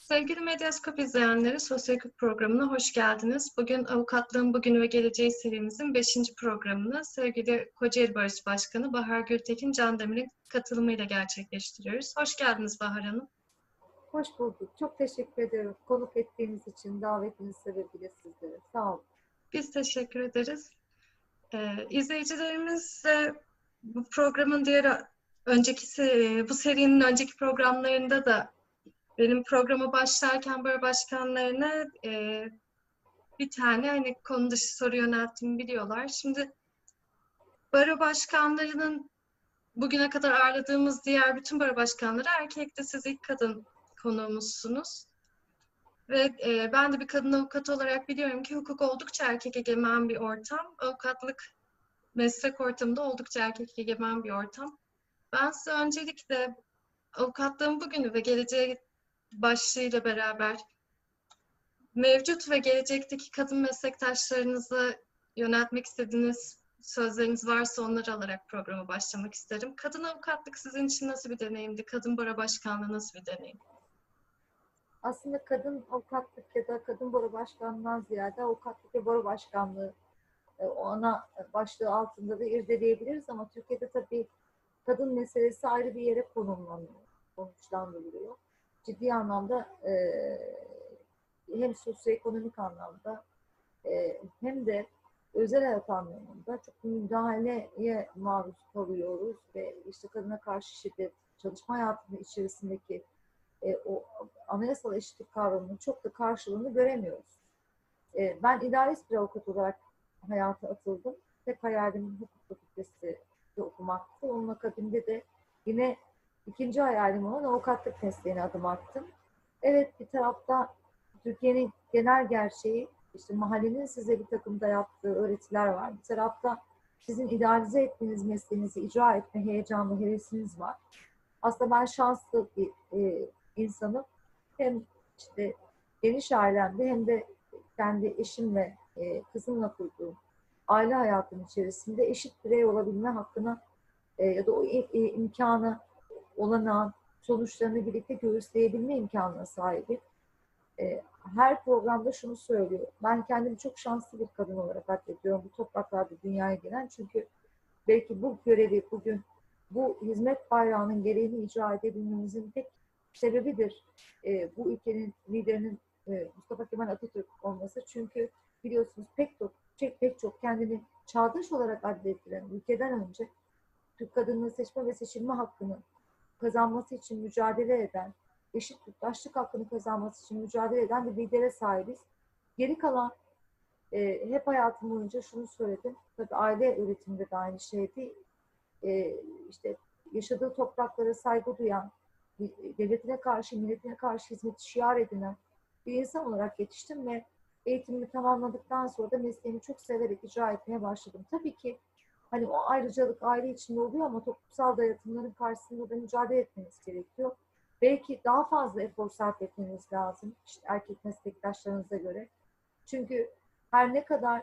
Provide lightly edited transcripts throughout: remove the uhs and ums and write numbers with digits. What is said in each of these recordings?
Sevgili Medyaskop izleyenleri, Sosyokült programına hoş geldiniz. Bugün Avukatlığın Bugünü ve Geleceği serimizin 5. programını sevgili Kocaeli Barış Başkanı Bahar Gültekin Candemir'in katılımıyla gerçekleştiriyoruz. Hoş geldiniz Bahar Hanım. Hoş bulduk. Çok teşekkür ederim konuk ettiğiniz için, davetiniz sebebiyle sizlere. Sağ olun. Biz teşekkür ederiz. İzleyicilerimiz de bu programın bu serinin önceki programlarında da benim programa başlarken Baro Başkanlarına bir tane konu dışı soru yönelttiğimi biliyorlar. Şimdi baro başkanlarının bugüne kadar ağırladığımız diğer bütün baro başkanları erkekti. Siz ilk kadın konuğumuzsunuz. Ve ben de bir kadın avukat olarak biliyorum ki hukuk oldukça erkek egemen bir ortam. Avukatlık meslek ortamında oldukça erkek egemen bir ortam. Ben size öncelikle avukatlığın bugünü ve geleceği başlığıyla beraber mevcut ve gelecekteki kadın meslektaşlarınıza yöneltmek istediğiniz sözleriniz varsa onları alarak programa başlamak isterim. Kadın avukatlık sizin için nasıl bir deneyimdi? Kadın baro başkanlığı nasıl bir deneyim? Aslında kadın avukatlık ya da kadın baro başkanlığından ziyade avukatlık ve baro başkanlığı o ana başlığı altında da irdeleyebiliriz ama Türkiye'de tabii kadın meselesi ayrı bir yere konumlandırılıyor. Ciddi anlamda hem sosyoekonomik anlamda hem de özel hayat anlamında çok müdahaleye maruz kalıyoruz ve işte kadına karşı şiddet, çalışma hayatının içerisindeki o anayasal eşitlik kavramının çok da karşılığını göremiyoruz. Ben idealist bir avukat olarak hayata atıldım. Tek hayalim hukuk fakültesi okumaktı. Onun akabinde de yine ikinci hayalim olan avukatlık mesleğine adım attım. Evet, bir tarafta Türkiye'nin genel gerçeği, işte mahallenin size bir takım dayattığı öğretiler var. Bir tarafta sizin idealize ettiğiniz mesleğinizi icra etme heyecanı, hevesiniz var. Aslında ben şanslı bir insanım. Hem işte geniş ailemde hem de kendi eşimle, kızımla kurduğum aile hayatının içerisinde eşit birey olabilme hakkına ya da o imkanı, olanağın sonuçlarını birlikte göğüsleyebilme imkanına sahibim. Her programda şunu söylüyor. Ben kendimi çok şanslı bir kadın olarak addediyorum bu topraklarda dünyaya gelen. Çünkü belki bu görevi bugün bu hizmet bayrağının gereğini icra edebilmemizin tek sebebidir. Bu ülkenin liderinin Mustafa Kemal Atatürk olması. Çünkü biliyorsunuz pek çok kendini çağdaş olarak addettiren ülkeden önce Türk kadının seçme ve seçilme hakkını kazanması için mücadele eden, eşit yurttaşlık hakkını kazanması için mücadele eden bir lidere sahibiz. Geri kalan hep hayatım boyunca şunu söyledim. Tabii aile öğretiminde de aynı şeydi. İşte yaşadığı topraklara saygı duyan, devletine karşı, milletine karşı hizmeti şiar edinen bir insan olarak yetiştim ve eğitimimi tamamladıktan sonra da mesleğimi çok severek icra etmeye başladım. Tabii ki hani o ayrıcalık aile içinde oluyor ama toplumsal dayatımların karşısında da mücadele etmeniz gerekiyor. Belki daha fazla efor sarf etmeniz lazım işte erkek meslektaşlarınıza göre. Çünkü her ne kadar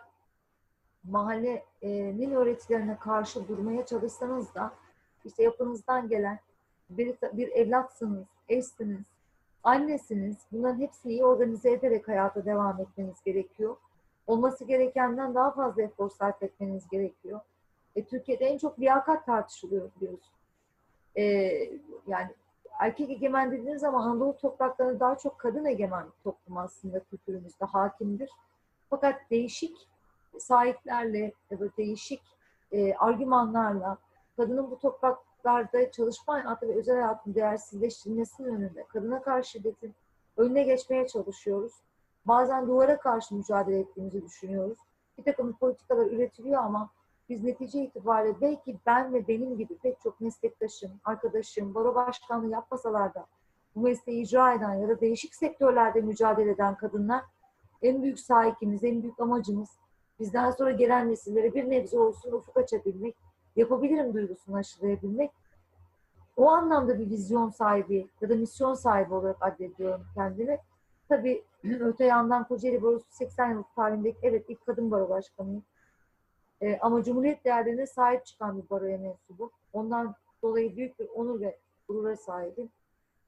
mahallenin öğretilerine karşı durmaya çalışsanız da işte yapınızdan gelen bir evlatsınız, eşsiniz, annesiniz. Bunların hepsini iyi organize ederek hayata devam etmeniz gerekiyor. Olması gerekenden daha fazla efor sarf etmeniz gerekiyor. Türkiye'de en çok liyakat tartışılıyor biliyorsun. E, Yani erkek egemen dediğiniz zaman Anadolu topraklarında daha çok kadın egemen bir toplum aslında kültürümüzde hakimdir. Fakat değişik sahiplerle ya da değişik argümanlarla kadının bu topraklarda çalışma hayatı ve özel hayatın değersizleştirilmesinin önünde kadına karşı şiddetin önüne geçmeye çalışıyoruz. Bazen duvara karşı mücadele ettiğimizi düşünüyoruz. Bir takım politikalar üretiliyor ama biz netice itibariyle belki ben ve benim gibi pek çok meslektaşım, arkadaşım, baro başkanlığı yapmasalar da bu mesleği icra eden ya da değişik sektörlerde mücadele eden kadınlar en büyük sahibimiz, en büyük amacımız bizden sonra gelen nesillere bir nebze olsun ufuk açabilmek, yapabilirim duygusunu aşılayabilmek. O anlamda bir vizyon sahibi ya da misyon sahibi olarak addediyorum kendimi. Tabii öte yandan Kocaeli Barosu 80 yıllık tarihindeki evet ilk kadın baro başkanıyım. Ama Cumhuriyet değerlerine sahip çıkan bir baroya mensubu. Ondan dolayı büyük bir onur ve gurura sahibim.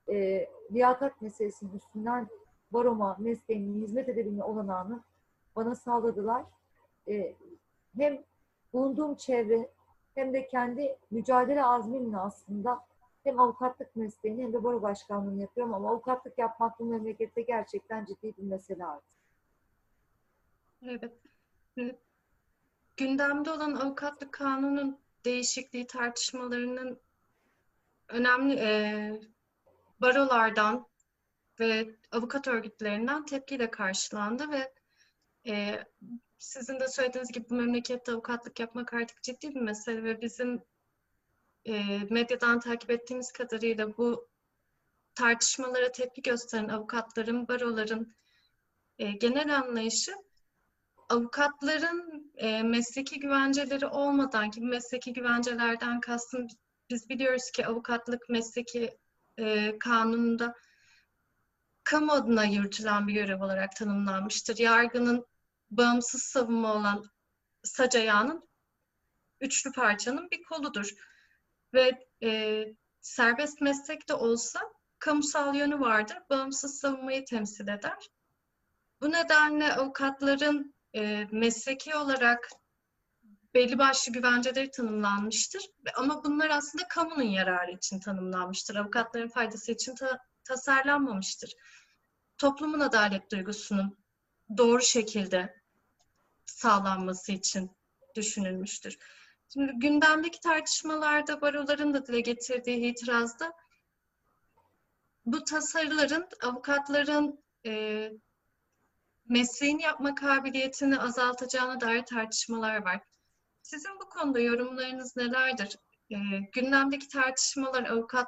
liyakat meselesinin üstünden baroma mesleğine hizmet edebilme olanağını bana sağladılar. Hem bulunduğum çevre hem de kendi mücadele azmimle aslında hem avukatlık mesleğini hem de baro başkanlığını yapıyorum ama avukatlık yapmak bu memlekette gerçekten ciddi bir mesele artık. Evet. Gündemde olan avukatlık kanunun değişikliği tartışmalarının önemli barolardan ve avukat örgütlerinden tepkiyle karşılandı ve sizin de söylediğiniz gibi bu memlekette avukatlık yapmak artık ciddi bir mesele ve bizim medyadan takip ettiğimiz kadarıyla bu tartışmalara tepki gösteren avukatların, baroların genel anlayışı avukatların mesleki güvenceleri olmadan, ki mesleki güvencelerden kastım, biz biliyoruz ki avukatlık mesleki kanununda kamu adına yürütülen bir görev olarak tanımlanmıştır. Yargının bağımsız savunma olan sac ayağının üçlü parçanın bir koludur. Ve serbest meslek de olsa kamusal yönü vardır. Bağımsız savunmayı temsil eder. Bu nedenle avukatların mesleki olarak belli başlı güvenceleri tanımlanmıştır. Ama bunlar aslında kamunun yararı için tanımlanmıştır. Avukatların faydası için tasarlanmamıştır. Toplumun adalet duygusunun doğru şekilde sağlanması için düşünülmüştür. Şimdi gündemdeki tartışmalarda baroların da dile getirdiği itirazda bu tasarıların avukatların mesleğini yapma kabiliyetini azaltacağına dair tartışmalar var. Sizin bu konuda yorumlarınız nelerdir? Gündemdeki tartışmalar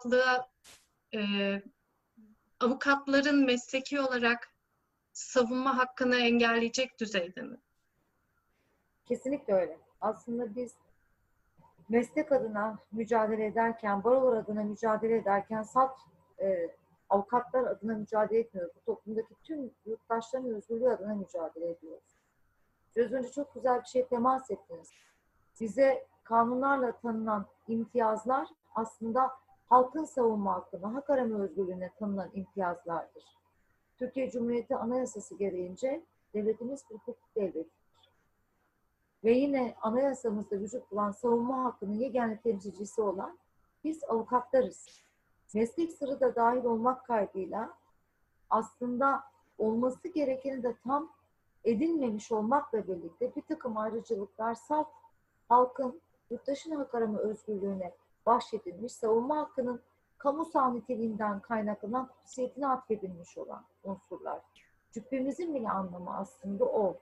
avukatların mesleki olarak savunma hakkını engelleyecek düzeyde mi? Kesinlikle öyle. Aslında biz meslek adına mücadele ederken, barolar adına mücadele ederken salt avukatlar adına mücadele etmiyoruz. Bu toplumdaki tüm yurttaşların özgürlüğü adına mücadele ediyoruz. Biraz önce çok güzel bir şey temas ettiniz. Bize kanunlarla tanınan imtiyazlar aslında halkın savunma hakkına, hak arama özgürlüğüne tanınan imtiyazlardır. Türkiye Cumhuriyeti Anayasası gereğince devletimiz bir hukuk devletidir. Ve yine anayasamızda vücut bulan savunma hakkının yegane temsilcisi olan biz avukatlarız. Meslek sırrı da dahil olmak kaydıyla aslında olması gerekeni de tam edilmemiş olmakla birlikte bir takım ayrıcalıklar salt halkın yurttaşın hak arama özgürlüğüne bahşedilmiş, savunma hakkının kamusal niteliğinden kaynaklanan kutsiyetine atfedilmiş olan unsurlar. Cübbemizin bile anlamı aslında o.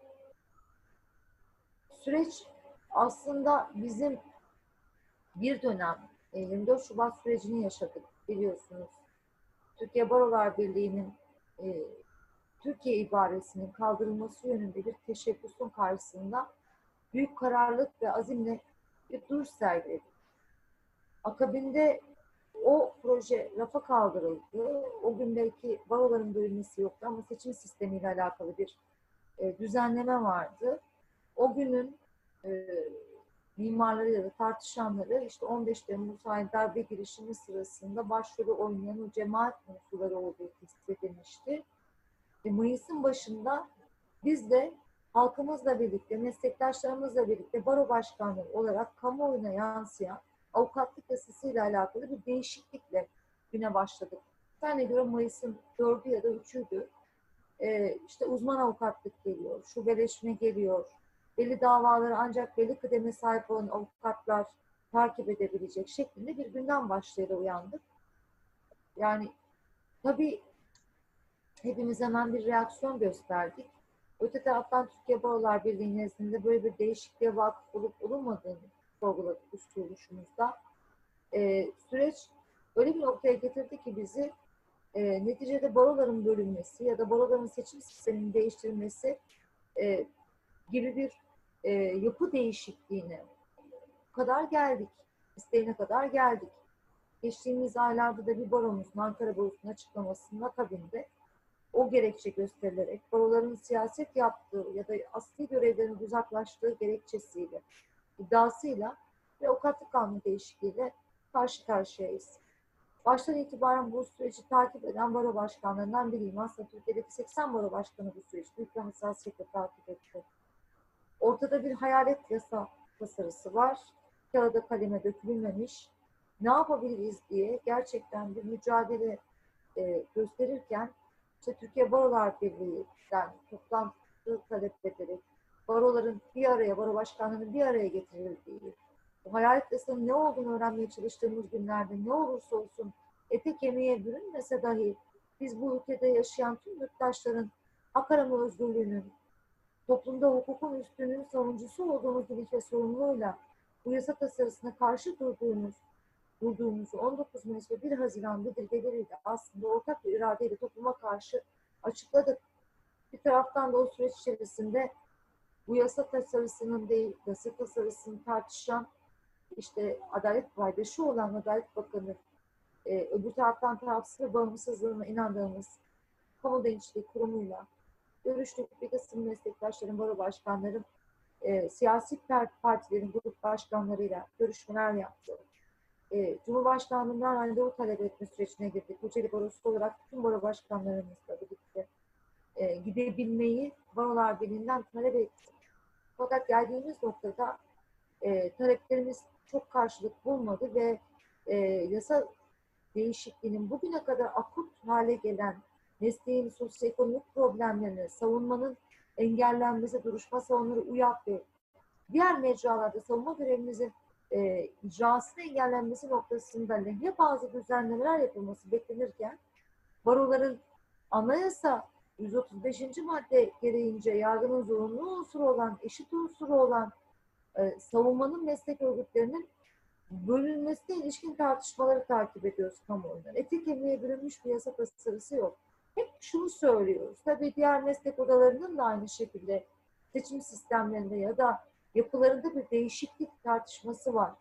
Süreç aslında bizim bir dönem 24 Şubat sürecini yaşadık biliyorsunuz. Türkiye Barolar Birliği'nin Türkiye ibaresinin kaldırılması yönünde bir teşebbüsün karşısında büyük kararlılık ve azimle bir duruş sergiledik. Akabinde o proje rafa kaldırıldı. O gün belki baroların bölünmesi yoktu ama seçim sistemiyle alakalı bir düzenleme vardı. O günün mimarlarıyla da tartışanları işte 15 Temmuz ayı darbe girişimi sırasında başrolü oynayan o cemaat unsurları olduğu tespit edilmişti. Mayıs'ın başında biz de halkımızla birlikte, meslektaşlarımızla birlikte baro başkanları olarak kamuoyuna yansıyan avukatlık yasasıyla alakalı bir değişiklikle güne başladık. Zannediyorum Mayıs'ın 4'ü ya da 3'üydü. İşte uzman avukatlık geliyor, şubeleşme geliyor. Belli davaları ancak belli kıdeme sahip olan avukatlar takip edebilecek şeklinde bir günden başlayarak uyandık. Yani tabii hepimiz hemen bir reaksiyon gösterdik. Öte taraftan Türkiye Barolar Birliği nezdinde böyle bir değişikliğe vakıf olup olunmadığını sorguladık üst kuruluşumuzda. Süreç öyle bir noktaya getirdi ki bizi neticede baroların bölünmesi ya da baroların seçim sisteminin değiştirilmesi gibi bir yapı değişikliğine kadar geldik. İsteğine kadar geldik. Geçtiğimiz aylarda da bir baromuzun Ankara Barosu'nun açıklamasının akabinde o gerekçe gösterilerek baroların siyaset yaptığı ya da asli görevlerin uzaklaştığı gerekçesiyle, iddiasıyla ve avukatlık kanunu değişikliğiyle karşı karşıyayız. Baştan itibaren bu süreci takip eden baro başkanlarından biriyim. Aslında Türkiye'deki 80 baro başkanı bu süreci büyük bir hassasiyetle takip etti. Ortada bir hayalet yasa tasarısı var. Kağıda kaleme dökülmemiş. Ne yapabiliriz diye gerçekten bir mücadele gösterirken işte Türkiye Barolar Birliği'den toplantı talep ederek baroların bir araya, baro başkanlarının bir araya getirildiği, bu hayalet yasanın ne olduğunu öğrenmeye çalıştığımız günlerde ne olursa olsun ete kemiğe bürünmese dahi biz bu ülkede yaşayan tüm yurttaşların hak arama özgürlüğünün, toplumda hukukun üstünlüğünün savunucusu olduğumuz bilinç ve sorumluluğuyla bu yasa tasarısına karşı durduğumuzu 19 Mayıs ve 1 Haziran bildirgeleriyle aslında ortak bir iradeyle topluma karşı açıkladık. Bir taraftan da o süreç içerisinde bu yasa tasarısının değil, yasa tasarısını tartışan işte adalet paydaşı olan Adalet Bakanı, öbür taraftan tarafsız ve bağımsızlığına inandığımız Kamu Denetçiliği Kurumu'yla görüştük. Bir kısım meslektaşların, baro başkanların, siyasi partilerin grup başkanlarıyla görüşmeler yaptı. Cumhurbaşkanlığından randevu talep etme sürecine girdik. Kocaeli Barosu olarak tüm baro başkanlarımızla birlikte gidebilmeyi Barolar Birliği'nden talep ettik. Fakat geldiğimiz noktada taleplerimiz çok karşılık bulmadı ve yasa değişikliğinin bugüne kadar akut hale gelen mesleğin sosyoekonomik problemlerini, savunmanın engellenmesi, duruşma salonları UYAP ve diğer mecralarda savunma görevimizin icrasının engellenmesi noktasında lehine bazı düzenlemeler yapılması beklenirken baroların anayasa 135. madde gereğince yargının zorunlu unsuru olan, eşit unsuru olan savunmanın meslek örgütlerinin bölünmesine ilişkin tartışmaları takip ediyoruz kamuoyundan. Eti kemiğe bürünmüş bir yasa tasarısı yok. Hep şunu söylüyoruz. Tabii diğer meslek odalarının da aynı şekilde seçim sistemlerinde ya da yapılarında bir değişiklik tartışması var.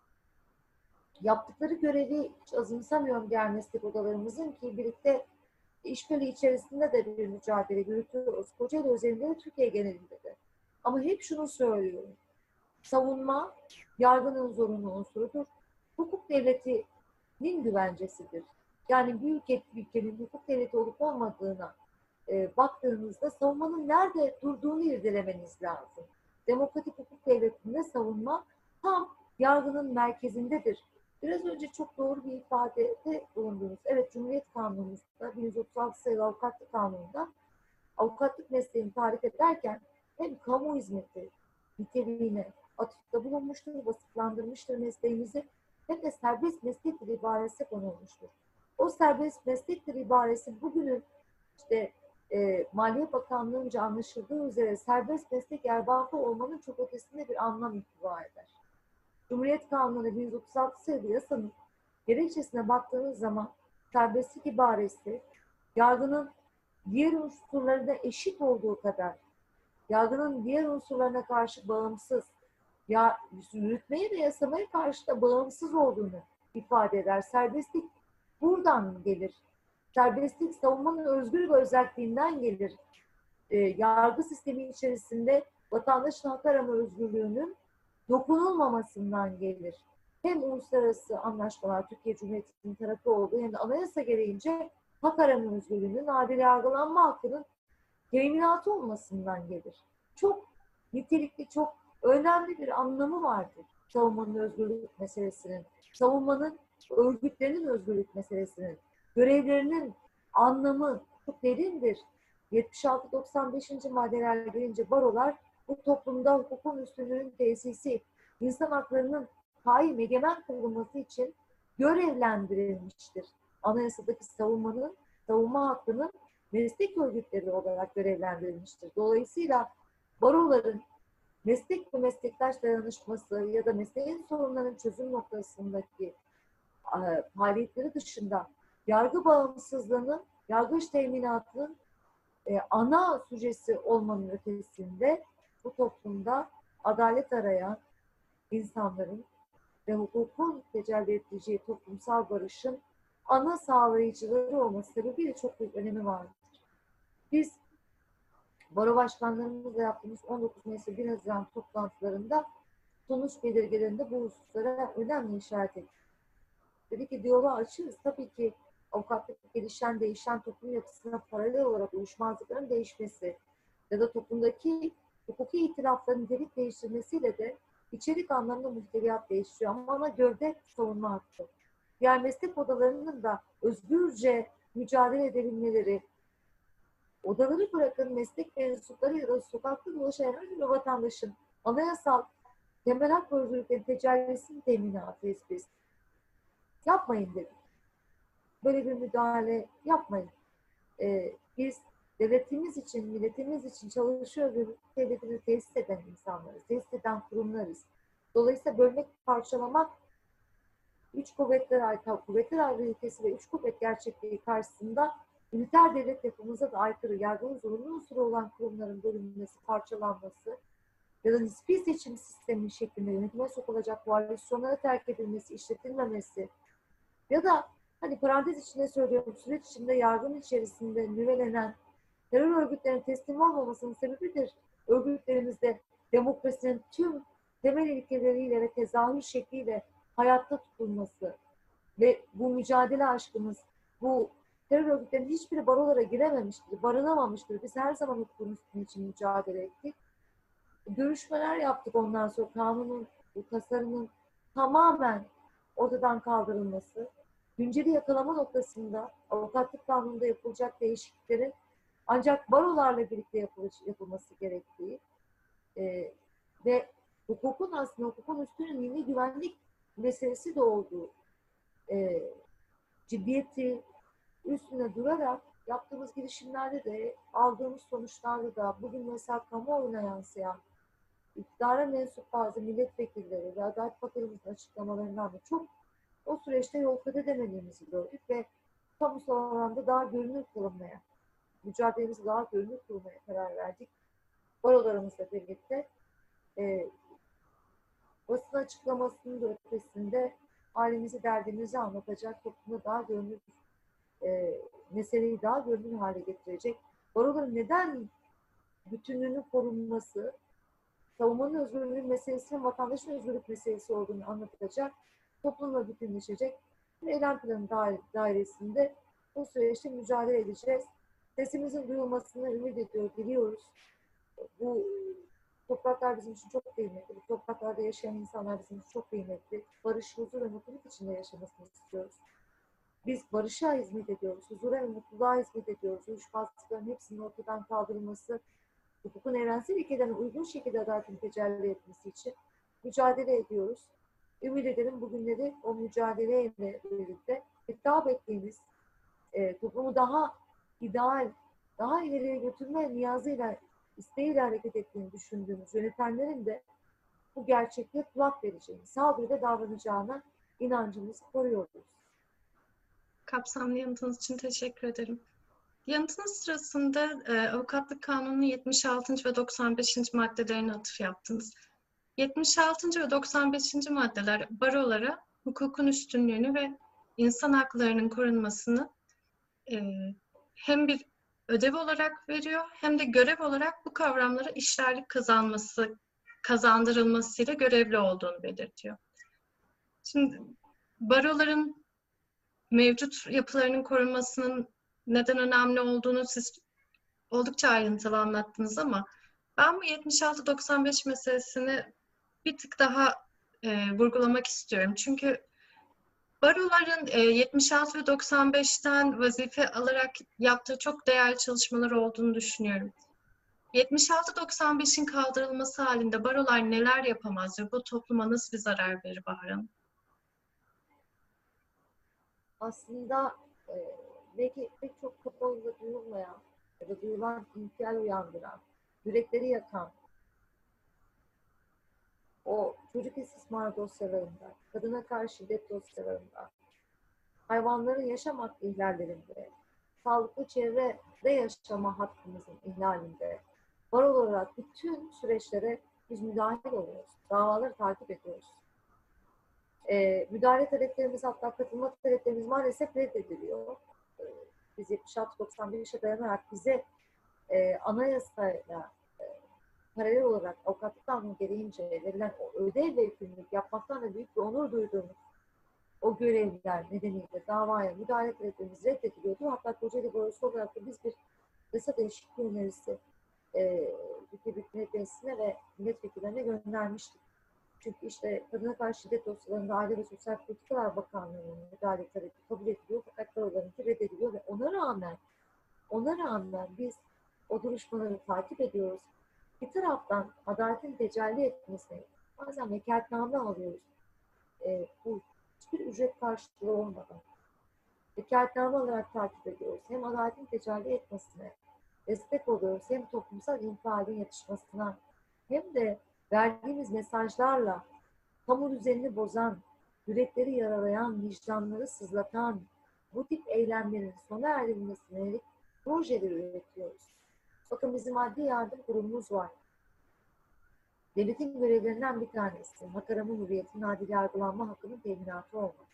Yaptıkları görevi hiç azımsamıyorum diğer meslek odalarımızın ki birlikte işbirliği içerisinde de bir mücadele yürütüyoruz. Kocaeli özelinde de Türkiye genelinde de. Ama hep şunu söylüyorum. Savunma yargının zorunlu unsurudur. Hukuk devletinin güvencesidir. Yani bir ülkenin hukuk devleti olup olmadığına baktığınızda savunmanın nerede durduğunu irdelemeniz lazım. Demokratik hukuk devletinde savunma tam yargının merkezindedir. Biraz önce çok doğru bir ifadede bulundunuz. Evet, Cumhuriyet Kanunumuzda 1136 sayılı avukatlık kanununda avukatlık mesleğini tarif ederken hem kamu hizmeti niteliğine atıfta bulunmuştur, vasıflandırmıştır mesleğimizi hem de serbest meslektir ibaresi konulmuştur. O serbest meslektir ibaresi bugünün işte Maliye Bakanlığı'nca anlaşıldığı üzere serbest meslek erbabı olmanın çok ötesinde bir anlam ihtiva eder. Cumhuriyet Kanunu 1136 sayılı yasanın gerekçesine baktığınız zaman serbestlik ibaresi yargının diğer unsurlarına eşit olduğu kadar yargının diğer unsurlarına karşı bağımsız, yürütmeye ve yasamaya karşı da bağımsız olduğunu ifade eder. Serbestlik buradan gelir. Serbestlik savunmanın özgür ve özelliğinden gelir. Yargı sistemi içerisinde vatandaşın hak arama özgürlüğünün dokunulmamasından gelir. Hem uluslararası anlaşmalar Türkiye Cumhuriyeti'nin tarafı olduğu hem de anayasa gereğince hak arama özgürlüğünün, adil yargılanma hakkının teminatı olmasından gelir. Çok nitelikli, çok önemli bir anlamı vardır savunmanın özgürlük meselesinin, savunmanın örgütlerinin özgürlük meselesinin, görevlerinin anlamı çok derindir. 76-95. maddeler gelince barolar bu toplumda hukukun üstünlüğünün tesisi, insan haklarının kaim, egemen kılınması için görevlendirilmiştir. Anayasadaki savunma hakkının meslek örgütleri olarak görevlendirilmiştir. Dolayısıyla baroların meslek ve meslektaş dayanışması ya da mesleğin sorunlarının çözüm noktasındaki faaliyetleri dışında yargı bağımsızlığının, yargıç teminatının ana sücesi olmanın ötesinde bu toplumda adalet arayan insanların ve hukukun tecelli edeceği toplumsal barışın ana sağlayıcıları olması sebebiyle çok büyük önemi vardır. Biz baro başkanlarımızla yaptığımız 19 Mayıs 1 Haziran toplantılarında sonuç belirgelerinde bu hususlara önemli işaret ettik. Dedi ki diyaloğu açığız. Tabii ki avukatlık gelişen, değişen toplum yapısına paralel olarak uyuşmazlıkların değişmesi ya da toplumdaki hukuki itilafların nitelik değiştirmesiyle de içerik anlamında muhteviyat değişiyor. Ama ana gövde savunma hakkı. Yani meslek odalarının da özgürce mücadele edebilmeleri, odaları bırakın meslek mensupları ya da sokakta dolaşan herhangi bir vatandaşın anayasal temel hak ve özgürlüklerin tecellisinin teminatı esprisi. Yapmayın dedik. Böyle bir müdahale yapmayın. Biz devletimiz için, milletimiz için çalışıyor ve devletimizi tesis eden insanlarız, tesis eden kurumlarız. Dolayısıyla bölmek, parçalamak, üç kuvvetler ayrılıkesi ve üç kuvvet gerçekliği karşısında üniter devlet yapımıza da aykırı, yargının zorunlu unsuru olan kurumların bölünmesi, parçalanması ya da nispi seçim sistemi şeklinde yönetime sokulacak koalisyonlara terk edilmesi, işletilmemesi ya da hani parantez içinde söylüyorum, süreç içinde yargının içerisinde nüvelenen terör örgütlerinin teslim olmamasının sebebidir. Örgütlerimizde demokrasinin tüm temel ilkeleriyle ve tezahür şekliyle hayatta tutulması ve bu mücadele aşkımız, bu terör örgütlerinin hiçbiri barolara girememiştir, barınamamıştır. Biz her zaman hukukun üstünü için mücadele ettik. Görüşmeler yaptık ondan sonra kanunun, bu tasarının tamamen ortadan kaldırılması, günceli yakalama noktasında avukatlık kanununda yapılacak değişikliklerin ancak barolarla birlikte yapılması gerektiği ve hukukun aslında hukukun üstünlüğünde güvenlik meselesi de olduğu ciddiyeti üstüne durarak yaptığımız girişimlerde de aldığımız sonuçlarda da bugün mesela kamuoyuna yansıyan iktidara mensup bazı milletvekilleri ve Adalet Bakanımızın açıklamalarından da çok o süreçte yol kat edemediğimizi gördük ve kamusal alanda daha görünür kılınmaya, mücadelemizi daha görünür kılmaya karar verdik. Barolarımızla birlikte basın açıklamasının da ötesinde halimizi, derdimizi anlatacak, toplumda daha görünür, meseleyi daha görünür hale getirecek. Baroların neden bütünlüğünün korunması, savunmanın özgürlüğü meselesinin vatandaşın özgürlük meselesi olduğunu anlatacak, toplumla bütünleşecek bir eylem planı dairesinde bu süreçte mücadele edeceğiz. Sesimizin duyulmasını ümit ediyor, diliyoruz. Bu topraklar bizim için çok kıymetli. Bu topraklarda yaşayan insanlar bizim için çok kıymetli. Barış, huzur ve mutluluk içinde yaşamasını istiyoruz. Biz barışa hizmet ediyoruz, huzura ve mutluluğa hizmet ediyoruz. Uyuşmazlıkların hepsinin ortadan kaldırılması, hukukun evrensel ilkelerine uygun şekilde adaletin tecelli etmesi için mücadele ediyoruz. Ümit ederim bugünleri o mücadeleyle birlikte daha beklediğimiz toplumu daha ideal, daha ileriye götürme niyazıyla, isteğiyle hareket ettiğini düşündüğümüz yönetenlerin de bu gerçekliğe kulak vereceğini, sağduyuyla davranacağına inancımızı koruyoruz. Kapsamlı yanıtınız için teşekkür ederim. Yanıtınız sırasında Avukatlık Kanunu'nun 76. ve 95. maddelerine atıf yaptınız. 76. ve 95. maddeler barolara hukukun üstünlüğünü ve insan haklarının korunmasını hem bir ödev olarak veriyor hem de görev olarak bu kavramlara işlerlik kazandırılmasıyla görevli olduğunu belirtiyor. Şimdi baroların mevcut yapılarının korunmasının neden önemli olduğunu siz oldukça ayrıntılı anlattınız ama ben bu 76-95 meselesini bir tık daha vurgulamak istiyorum. Çünkü baroların 76 ve 95'ten vazife alarak yaptığı çok değerli çalışmalar olduğunu düşünüyorum. 76-95'in kaldırılması halinde barolar neler yapamaz ve bu topluma nasıl bir zarar verir Bahar Hanım? Aslında belki pek çok kapalıda duyulmayan ya da duyulan infial uyandıran, yürekleri yakan, o çocuk istismar dosyalarında, kadına karşı şiddet dosyalarında, hayvanların yaşam hakkı ihlallerinde, sağlıklı çevrede yaşama hakkımızın ihlalinde, var olarak bütün süreçlere biz müdahil oluyoruz. Davaları takip ediyoruz. Müdahale taleplerimiz, hatta katılma taleplerimiz maalesef reddediliyor. Biz 76-95'e dayanarak bize anayasayla paralel olarak avukatlık kanunu gereğince verilen o ödev ve yükümlülük yapmaktan da büyük bir onur duyduğumuz o görevler nedeniyle davaya müdahale etmemiz reddediliyordu. Hatta Kocaeli Barosu olarak da biz bir yasa değişikliği önerisi Türkiye Büyük Millet Meclisi'ne ve milletvekillerine göndermiştik. Çünkü işte kadına karşı şiddet dosyalarında Aile ve Sosyal Politikalar Bakanlığı'nın müdahale talebi kabul ediliyor fakat barolarınki reddediliyor ve ona rağmen biz o duruşmaları takip ediyoruz. Bir taraftan adaletin tecelli etmesini bazen vekaletname alıyoruz. Bu hiçbir ücret karşılığı olmadan vekaletname olarak takip ediyoruz. Hem adaletin tecelli etmesine destek oluyoruz, hem toplumsal infialin yatışmasına, hem de verdiğimiz mesajlarla kamu düzenini bozan, yürekleri yaralayan, vicdanları sızlatan bu tip eylemlerin sona erdirilmesine yönelik projeler üretiyoruz. Bakın bizim adli yardım kurumumuz var. Devletin görevlerinden bir tanesi, hak arama hürriyetinin adil yargılanma hakkının teminatı olmak.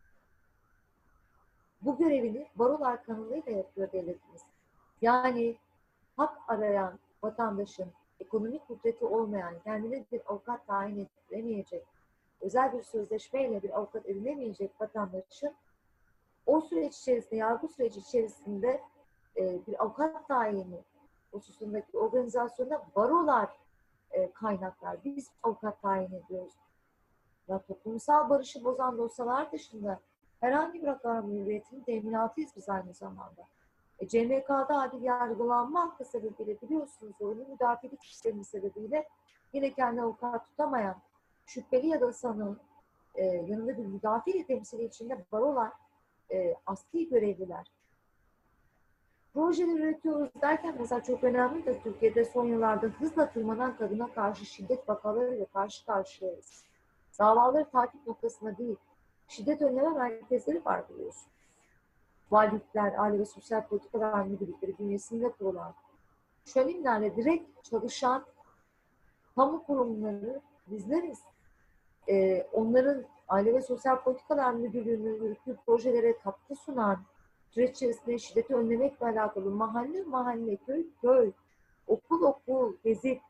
Bu görevini barolar kanalıyla yapıyor devletimiz. Yani hak arayan vatandaşın, ekonomik kudreti olmayan, kendine bir avukat tayin edilemeyecek, özel bir sözleşmeyle bir avukat edinemeyecek vatandaşın o süreç içerisinde, yargı süreci içerisinde bir avukat tayini hususundaki organizasyonda barolar kaynaklar. Biz avukat tayin ediyoruz. Ya, toplumsal barışı bozan dosyalar dışında herhangi bir hak arama hürriyetinin teminatıyız biz aynı zamanda. CMK'da adil yargılanma hakkı sebebiyle biliyorsunuz zorunlu müdafilik sistemi sebebiyle yine kendi avukat tutamayan şüpheli ya da sanığın yanında bir müdafili temsili içinde barolar, asli görevliler. Projeler üretiyoruz derken mesela çok önemli de Türkiye'de son yıllarda hızla tırmanan kadına karşı şiddet vakalarıyla karşı karşıyayız. Davaları takip noktasında değil, şiddet önleme merkezleri var biliyorsun. Valilikler, Aile ve Sosyal Politikalar Müdürlükleri bünyesinde kurulan şölenlerle direkt çalışan kamu kurumları bizleriz. Onların Aile ve Sosyal Politikalar Müdürlüğü'nün yürüttüğü projelere katkı sunan, süreç içerisinde şiddeti önlemekle alakalı mahalle, köy, okul gezip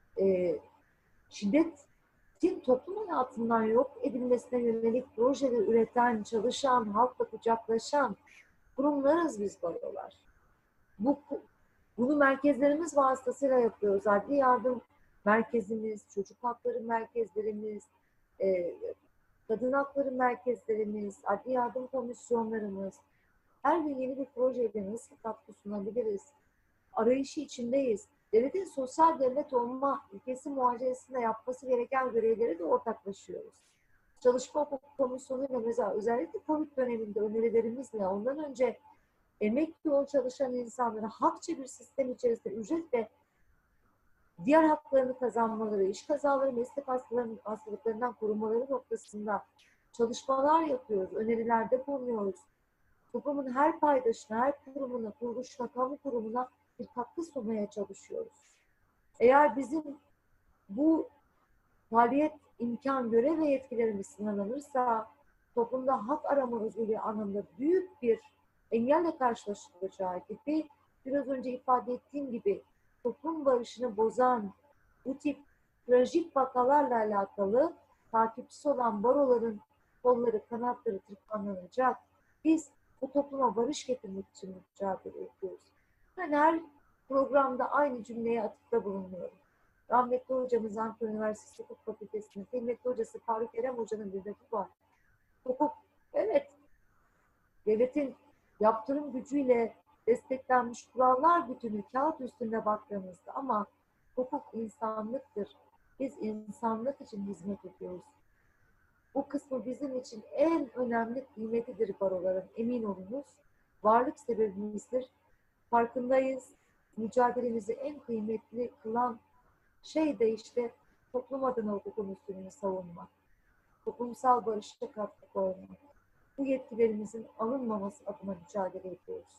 şiddetin toplum hayatından yok edilmesine yönelik projeler üreten, çalışan, halkla kucaklaşan kurumlarız biz barolar. Bunu merkezlerimiz vasıtasıyla yapıyoruz. Adli yardım merkezimiz, çocuk hakları merkezlerimiz, kadın hakları merkezlerimiz, adli yardım komisyonlarımız. Her gün yeni bir projeyle nasıl katkı sunabiliriz? Arayışı içindeyiz. Devletin sosyal devlet olma ilkesi muhacesinde yapması gereken görevleri de ortaklaşıyoruz. Çalışma Hukuk Komisyonu'yla mesela özellikle COVID döneminde önerilerimizle ondan önce emek yoğun çalışan insanlara hakça bir sistem içerisinde ücret ve diğer haklarını kazanmaları, iş kazaları, meslek hastalıklarından korunmaları noktasında çalışmalar yapıyoruz, önerilerde bulunuyoruz. Toplumun her paydaşına, her kurumuna, kuruluşuna, kamu kurumuna bir katkı sunmaya çalışıyoruz. Eğer bizim bu faaliyet, imkan, görev ve yetkilerimiz sınırlanırsa toplumda hak arama özgürlüğü anlamında büyük bir engelle karşılaşılacağı gibi biraz önce ifade ettiğim gibi toplum barışını bozan bu tip trajik vakalarla alakalı takipçisi olan baroların kolları, kanatları tırpanlanacak. Biz bu topluma barış getirmek için mücadele ediyoruz. Ben her programda aynı cümleye atıfta bulunuyorum. Rahmetli hocamız Ankara Üniversitesi Hukuk Fakültesi'nin kıymetli hocası Faruk Erem Hoca'nın bir lafı var. Hukuk, evet, devletin yaptırım gücüyle desteklenmiş kurallar bütünü kağıt üstünde baktığımızda ama hukuk insanlıktır. Biz insanlık için hizmet ediyoruz. Bu kısmı bizim için en önemli kıymetidir baroların, emin olunuz. Varlık sebebimizdir. Farkındayız. Mücadelemizi en kıymetli kılan şey de işte toplum adına hukukun üstünlüğünü savunmak. Toplumsal barışa katkı koymak. Bu yetkilerimizin alınmaması adına mücadele ediyoruz.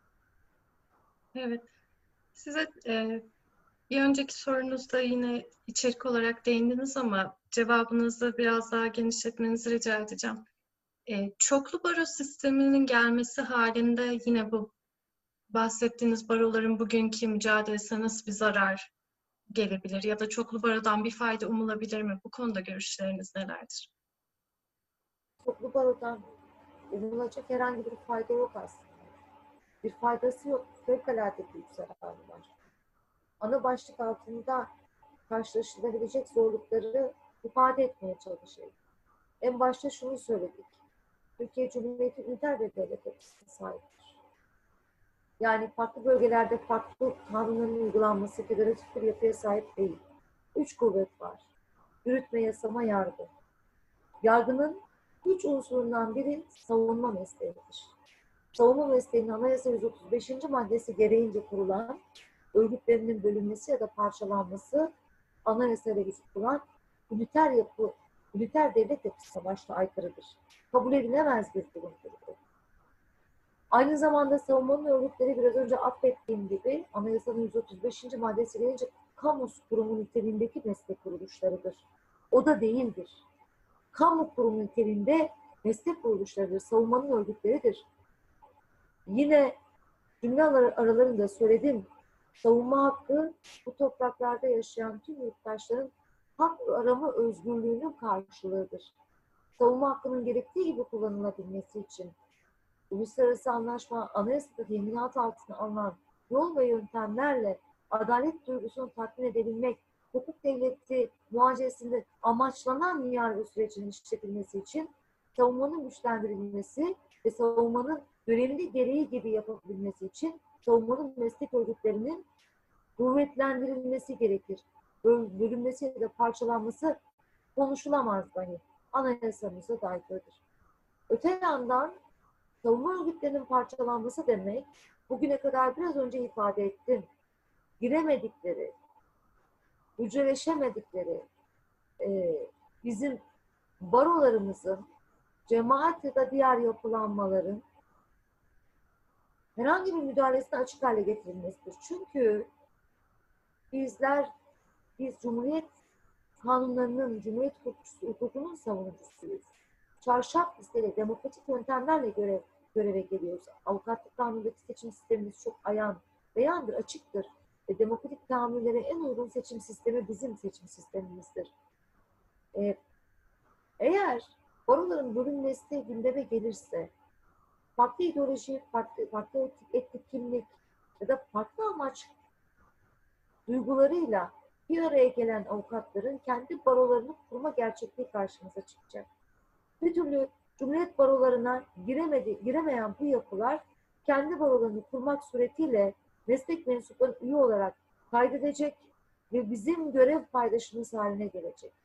Evet. Size bir önceki sorunuzda yine içerik olarak değindiniz ama cevabınızı biraz daha genişletmenizi rica edeceğim. Çoklu baro sisteminin gelmesi halinde yine bu bahsettiğiniz baroların bugünkü mücadelesine nasıl bir zarar gelebilir ya da çoklu barodan bir fayda umulabilir mi? Bu konuda görüşleriniz nelerdir? Toplu barodan umulacak herhangi bir fayda yok aslında. Bir faydası yok. Fevkalade büyük zararı var. Ana başlık altında karşılaşılabilecek zorlukları ifade etmeye çalışayım. En başta şunu söyledik. Türkiye Cumhuriyeti üniter bir devlet yapısına sahiptir. Yani farklı bölgelerde farklı kanunların uygulanması federatif bir yapıya sahip değil. 3 kuvvet var. Yürütme, yasama, yargı. Yargının 3 unsurundan biri savunma mesleğidir. Savunma mesleğinin Anayasa 135. maddesi gereğince kurulan örgütlerinin bölünmesi ya da parçalanması anayasayla kurulan üniter yapı, üniter devlet yapısına başta aykırıdır. Kabul edilemez bir durumdur. Aynı zamanda savunmanın örgütleri biraz önce atfettiğim gibi Anayasanın 135. maddesi gelince kamu kurumu niteliğindeki meslek kuruluşlarıdır. O da değildir. Kamu kurumu niteliğinde meslek kuruluşlarıdır. Savunmanın örgütleridir. Yine cümle aralarında söyledim. Savunma hakkı bu topraklarda yaşayan tüm yurttaşların hak arama özgürlüğünün karşılığıdır. Savunma hakkının gerektiği gibi kullanılabilmesi için uluslararası anlaşma, anayasada teminat altına alınan yol ve yöntemlerle adalet duygusunu tatmin edebilmek, hukuk devleti muhacesinde amaçlanan yargı sürecinin işletilmesi için savunmanın güçlendirilmesi ve savunmanın görevini gereği gibi yapabilmesi için savunmanın meslek örgütlerinin kuvvetlendirilmesi gerekir. Bölünmesi ya da parçalanması konuşulamaz dahi. Anayasamıza da aykırıdır. Öte yandan savunma örgütlerinin parçalanması demek, bugüne kadar biraz önce ifade ettim, giremedikleri, hücreleşemedikleri bizim barolarımızın, cemaat ya da diğer yapılanmaların herhangi bir müdahalesine açık hale getirilmesidir. Çünkü biz Cumhuriyet kanunlarının, Cumhuriyet hukukunun savunucusuyuz. Çarşaf listeyle, demokratik yöntemlerle göreve geliyoruz. Avukatlık kanunundaki seçim sistemimiz çok beyandır, açıktır. Demokratik tahammüllere en uygun seçim sistemi bizim seçim sistemimizdir. Eğer baroların bölünmesi gündeme gelirse, farklı ideoloji, farklı etnik kimlik ya da farklı amaç duygularıyla bir araya gelen avukatların kendi barolarını kurma gerçekliği karşımıza çıkacak. Bir türlü Cumhuriyet barolarına giremeyen bu yapılar kendi barolarını kurmak suretiyle meslek mensupları üye olarak kaydedecek ve bizim görev paydaşımız haline gelecek.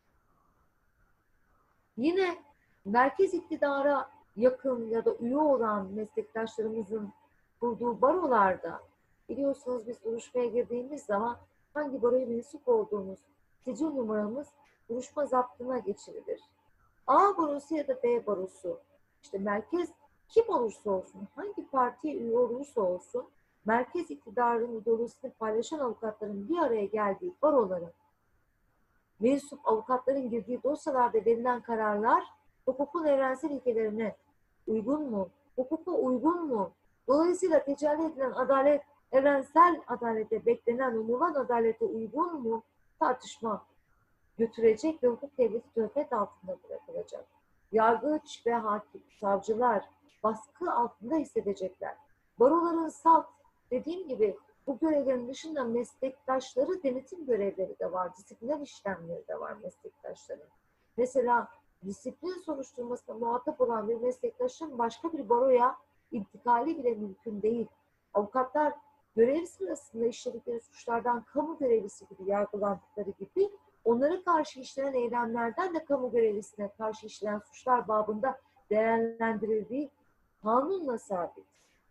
Yine merkez iktidara yakın ya da üye olan meslektaşlarımızın kurduğu barolarda biliyorsunuz biz duruşmaya girdiğimiz zaman hangi baroya mensup olduğumuz sicil numaramız duruşma zaptına geçirilir. A barosu ya da B barosu, işte merkez kim olursa olsun, hangi partiye üye olursa olsun, merkez iktidarın ideolojisini paylaşan avukatların bir araya geldiği baroların mensup avukatların girdiği dosyalarda verilen kararlar hukukun evrensel ilkelerine uygun mu? Hukuka uygun mu? Dolayısıyla tecelli edilen adalet, evrensel adalete, beklenen, umulan adalete uygun mu? Tartışma götürecek ve hukuk devleti töhfet altında bırakılacak. Yargıç ve hakim, savcılar baskı altında hissedecekler. Baroların salt, dediğim gibi bu görevlerin dışında meslektaşları denetim görevleri de var, disipliner işlemleri de var meslektaşların. Mesela disiplin soruşturmasına muhatap olan bir meslektaşın başka bir baroya intikali bile mümkün değil. Avukatlar görev sırasında işledikleri suçlardan kamu görevlisi gibi yargılandıkları gibi onlara karşı işlenen eylemlerden de kamu görevlisine karşı işlenen suçlar babında değerlendirildiği kanunla sabit.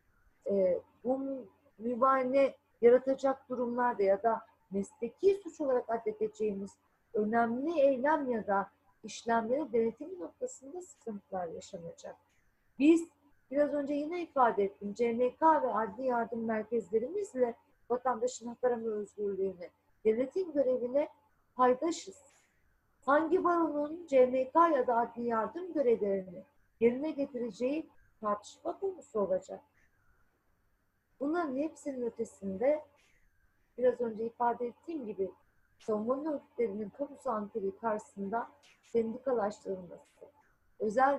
Bu mübahane yaratacak durumlarda ya da mesleki suç olarak addedeceğimiz önemli eylem ya da işlemleri denetimi noktasında sıkıntılar yaşanacak. Biz biraz önce yine ifade ettim, CMK ve adli yardım merkezlerimizle vatandaşın hak arama özgürlüğüne, denetim görevine paydaşız. Hangi baronun CMK ya da adli yardım görevlerini yerine getireceği tartışma konusu olacak. Bunların hepsinin ötesinde biraz önce ifade ettiğim gibi savunma örgütlerinin kamusu anketi karşısında sendikalaştırılması, özel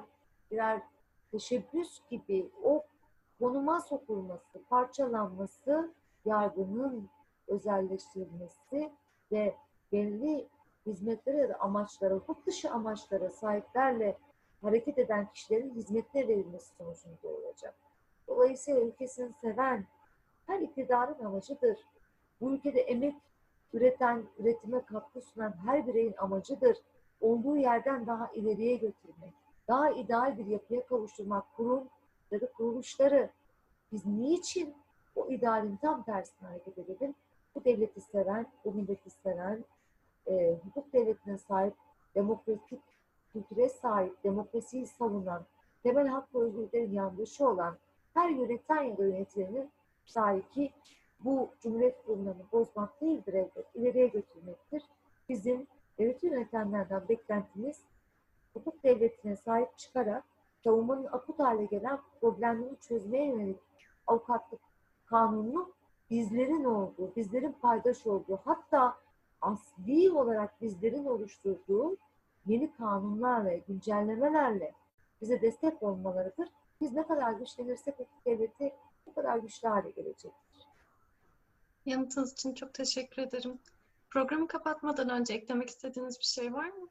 birer teşebbüs gibi o konuma sokulması, parçalanması, yargının özelleştirilmesi ve belli hizmetlere ya da amaçlara, hukuk dışı amaçlara sahiplerle hareket eden kişilerin hizmetine verilmesi sonucunda olacak. Dolayısıyla ülkesini seven her iktidarın amacıdır. Bu ülkede emek üreten, üretime katkı sunan her bireyin amacıdır. Olduğu yerden daha ileriye götürmek, daha ideal bir yapıya kavuşturmak, kurum ya da kuruluşları. Biz niçin o idealin tam tersine hareket edelim? Bu devleti seven, bu milleti seven, hukuk devletine sahip, demokratik kültüre sahip, demokrasiyi savunan, temel hak ve özgürlüklerin yandaşı olan her yöneten ya da yönetilenin sahibi bu cumhuriyet kurumlarını bozmak değildir elbet, ileriye götürmektir. Bizim devleti yönetenlerden beklentimiz hukuk devletine sahip çıkarak savunmanın akut hale gelen problemleri çözmeye yönelik avukatlık kanununu bizlerin olduğu, bizlerin paydaş olduğu, hatta asli olarak bizlerin oluşturduğu yeni kanunlarla, güncellemelerle bize destek olmalarıdır. Biz ne kadar güçlenirsek hukuk devleti bu kadar güçlü hale gelecektir. Yanıtınız için çok teşekkür ederim. Programı kapatmadan önce eklemek istediğiniz bir şey var mı?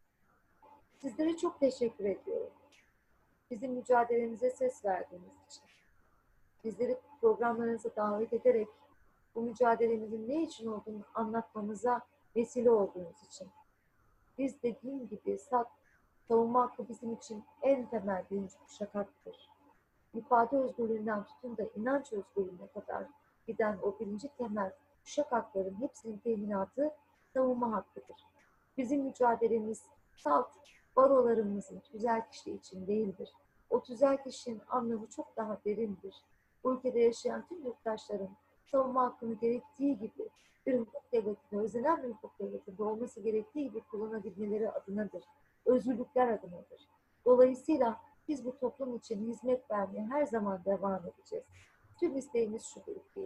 Sizlere çok teşekkür ediyorum. Bizim mücadelemize ses verdiğiniz için. Bizleri programlarınıza davet ederek bu mücadelemizin ne için olduğunu anlatmamıza vesile olduğunuz için. Biz dediğim gibi savunma hakkı bizim için en temel birinci kuşak hakkıdır. İfade özgürlüğünden tutun da inanç özgürlüğüne kadar giden o birinci temel kuşak hakların hepsinin teminatı savunma hakkıdır. Bizim mücadelemiz salt barolarımızın tüzel kişiliği için değildir. O tüzel kişinin anlamı çok daha derindir. Bu ülkede yaşayan tüm yurttaşların savunma hakkını gerektiği gibi bir hukuk devletinde, özlenen bir hukuk devletinde olması gerektiği gibi kullanabilmeleri adınadır. Özgürlükler adınadır. Dolayısıyla biz bu toplum için hizmet vermeye her zaman devam edeceğiz. Tüm isteğimiz şudur ki,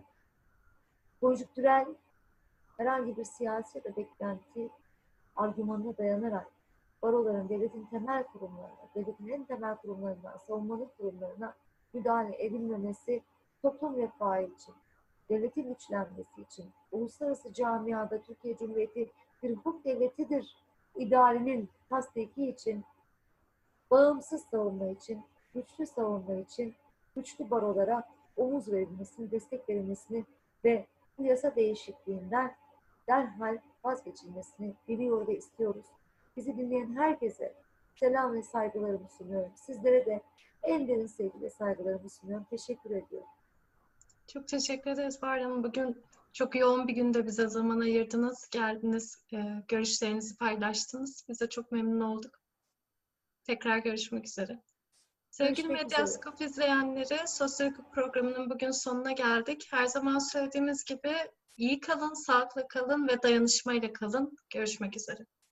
konjüktürel herhangi bir siyasi ya da beklenti argümanına dayanarak baroların devletin temel kurumlarına, devletin en temel kurumlarından savunmanın kurumlarına müdahale edilmemesi toplum refahı için, devletin güçlenmesi için, uluslararası camiada Türkiye Cumhuriyeti bir hukuk devletidir idealinin tasdiki için, bağımsız savunma için, güçlü savunma için, güçlü barolara omuz verilmesini, destek verilmesini ve bu yasa değişikliğinden derhal vazgeçilmesini biliyor ve istiyoruz. Bizi dinleyen herkese selam ve saygılarımı sunuyorum. Sizlere de en derin sevgi ve saygılarımı sunuyorum. Teşekkür ediyorum. Çok teşekkür ederiz Bahar Hanım. Bugün çok yoğun bir günde bize zaman ayırdınız, geldiniz, görüşlerinizi paylaştınız. Biz de çok memnun olduk. Tekrar görüşmek üzere. Sevgili Medyaskop izleyenleri, Sosyal Hukuk programının bugün sonuna geldik. Her zaman söylediğimiz gibi iyi kalın, sağlıklı kalın ve dayanışmayla kalın. Görüşmek üzere.